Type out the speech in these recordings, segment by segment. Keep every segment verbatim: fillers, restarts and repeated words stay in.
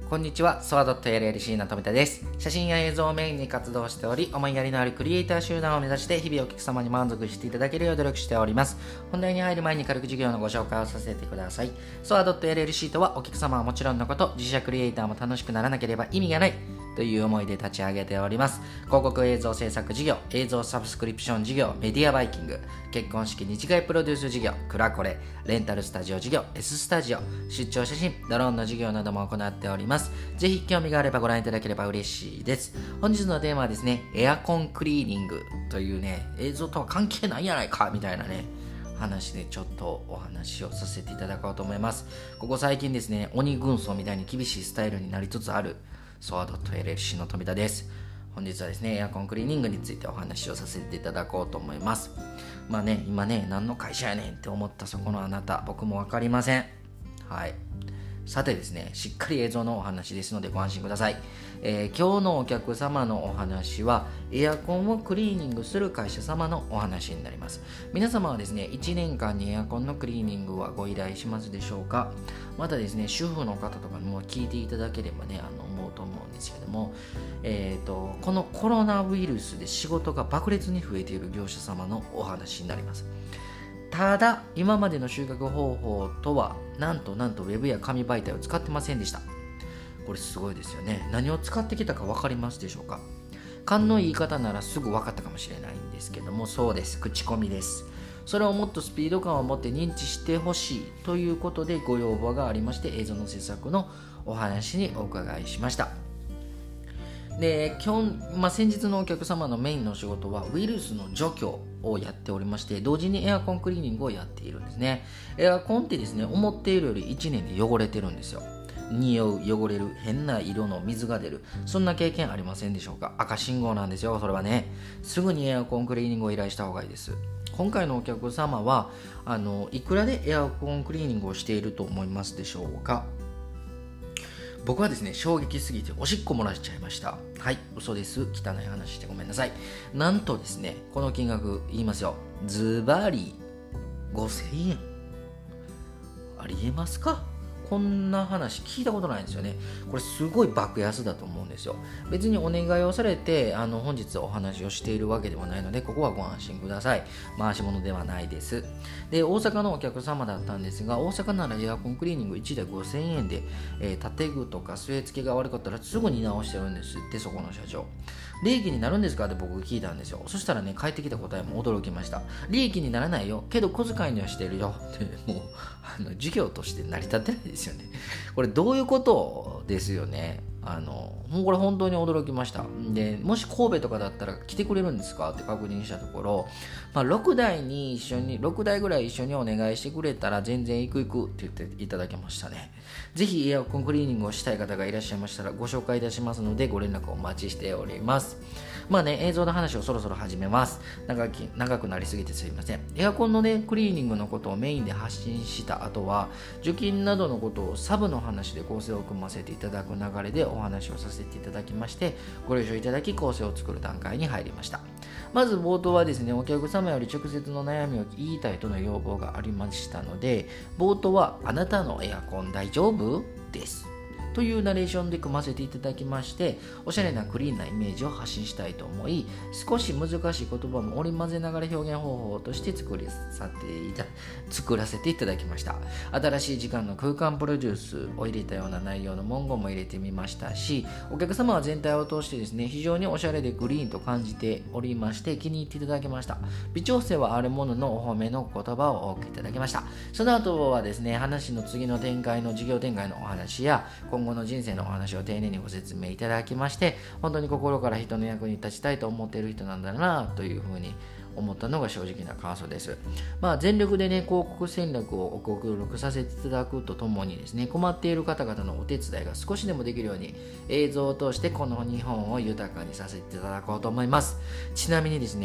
こんにちは、ソワ .エルエルシー の富田です。写真や映像をメインに活動しており、思いやりのあるクリエイター集団を目指して日々お客様に満足していただけるよう努力しております。本題に入る前に軽く事業のご紹介をさせてください。ソワ .エルエルシー とはお客様はもちろんのこと、自社クリエイターも楽しくならなければ意味がないという思いで立ち上げております。広告映像制作事業、映像サブスクリプション事業、メディアバイキング、結婚式二次会プロデュース事業、クラコレ、レンタルスタジオ事業、S スタジオ、出張写真、ドローンの事業なども行っております。ぜひ興味があればご覧いただければ嬉しいです。本日のテーマはですね、エアコンクリーニングというね、映像とは関係ないやないかみたいなね、話でちょっとお話をさせていただこうと思います。ここ最近ですね、鬼軍曹みたいに厳しいスタイルになりつつあるソワ .エルエルシー の富田です。本日はですね、エアコンクリーニングについてお話をさせていただこうと思います。まあね、今ね、何の会社やねんって思ったそこのあなた、僕もわかりません。はい。さてですね、しっかり映像のお話ですのでご安心ください。えー、今日のお客様のお話はエアコンをクリーニングする会社様のお話になります。皆様はですね、いちねんかんにエアコンのクリーニングはご依頼しますでしょうか。またですね、主婦の方とかにも聞いていただければね、あの思うと思うんですけども、えーと、このコロナウイルスで仕事が爆裂に増えている業者様のお話になります。ただ、今までの収穫方法とはなんとなんとウェブや紙媒体を使ってませんでした。これすごいですよね。何を使ってきたか分かりますでしょうか。勘のいい方ならすぐ分かったかもしれないんですけども、そうです。口コミです。それをもっとスピード感を持って認知してほしいということでご要望がありまして、映像の制作のお話にお伺いしました。で、今日、まあ、先日のお客様のメインの仕事はウイルスの除去をやっておりまして、同時にエアコンクリーニングをやっているんですね。エアコンってですね、思っているよりいちねんで汚れてるんですよ。匂う、汚れる、変な色の水が出る、そんな経験ありませんでしょうか。赤信号なんですよ。それはね、すぐにエアコンクリーニングを依頼した方がいいです。今回のお客様はあのいくらでエアコンクリーニングをしていると思いますでしょうか。僕はですね、衝撃すぎておしっこ漏らしちゃいました。はい、嘘です。汚い話してごめんなさい。なんとですね、この金額言いますよ。ズバリごせんえん。ありえますか？こんな話聞いたことないんですよね。これすごい爆安だと思うんですよ。別にお願いをされてあの本日お話をしているわけではないので、ここはご安心ください。回し物ではないです。で、大阪のお客様だったんですが、大阪ならエアコンクリーニングいちだいごせんえんで、えー、建具とか据え付けが悪かったらすぐに直してるんですって。そこの社長、利益になるんですかって僕聞いたんですよ。そしたらね、返ってきた答えも驚きました。利益にならないよ、けど小遣いにはしてるよって。もうあの事業として成り立ってないですよね。これどういうことですよね。あのこれ本当に驚きました。で、もし神戸とかだったら来てくれるんですかって確認したところ、まあ、ろくだいに一緒にろくだいぐらい一緒にお願いしてくれたら全然行く行くって言っていただけましたね。ぜひエアコンクリーニングをしたい方がいらっしゃいましたらご紹介いたしますので、ご連絡お待ちしております。まあね、映像の話をそろそろ始めます。長き長くなりすぎてすいません。エアコンのね、クリーニングのことをメインで発信した後は、除菌などのことをサブの話で構成を組ませていただく流れでお話をさせていただきまして、ご了承いただき構成を作る段階に入りました。まず冒頭はですね、お客様より直接の悩みを言いたいとの要望がありましたので、冒頭はあなたのエアコン大丈夫ですというナレーションで組ませていただきまして、おしゃれなクリーンなイメージを発信したいと思い、少し難しい言葉も織り交ぜながら表現方法として作りさていた作らせていただきました。新しい時間の空間プロデュースを入れたような内容の文言も入れてみましたし、お客様は全体を通してですね、非常におしゃれでグリーンと感じておりまして、気に入っていただけました。微調整はあるもののお褒めの言葉を多くいただきました。その後はですね、話の次の展開の事業展開のお話や今後の人生のお話を丁寧にご説明いただきまして、本当に心から人の役に立ちたいと思っている人なんだなというふうに思ったのが正直な感想です。まあ、全力でね、広告戦略をご協力させていただくとともにですね、困っている方々のお手伝いが少しでもできるように映像を通してこの日本を豊かにさせていただこうと思います。ちなみにですね、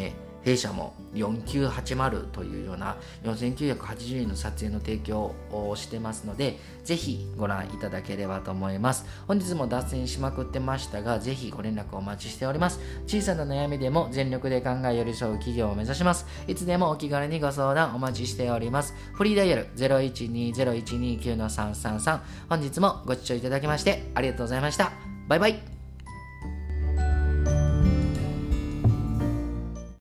弊社もよんきゅうはちまるというようなよんせんきゅうひゃくはちじゅうえんの撮影の提供をしてますので、ぜひご覧いただければと思います。本日も脱線しまくってましたが、ぜひご連絡お待ちしております。小さな悩みでも全力で考え寄り添う企業を目指します。いつでもお気軽にご相談お待ちしております。フリーダイヤル ゼロいちにゼロいちにきゅうのさんさんさん。本日もご視聴いただきましてありがとうございました。バイバイ。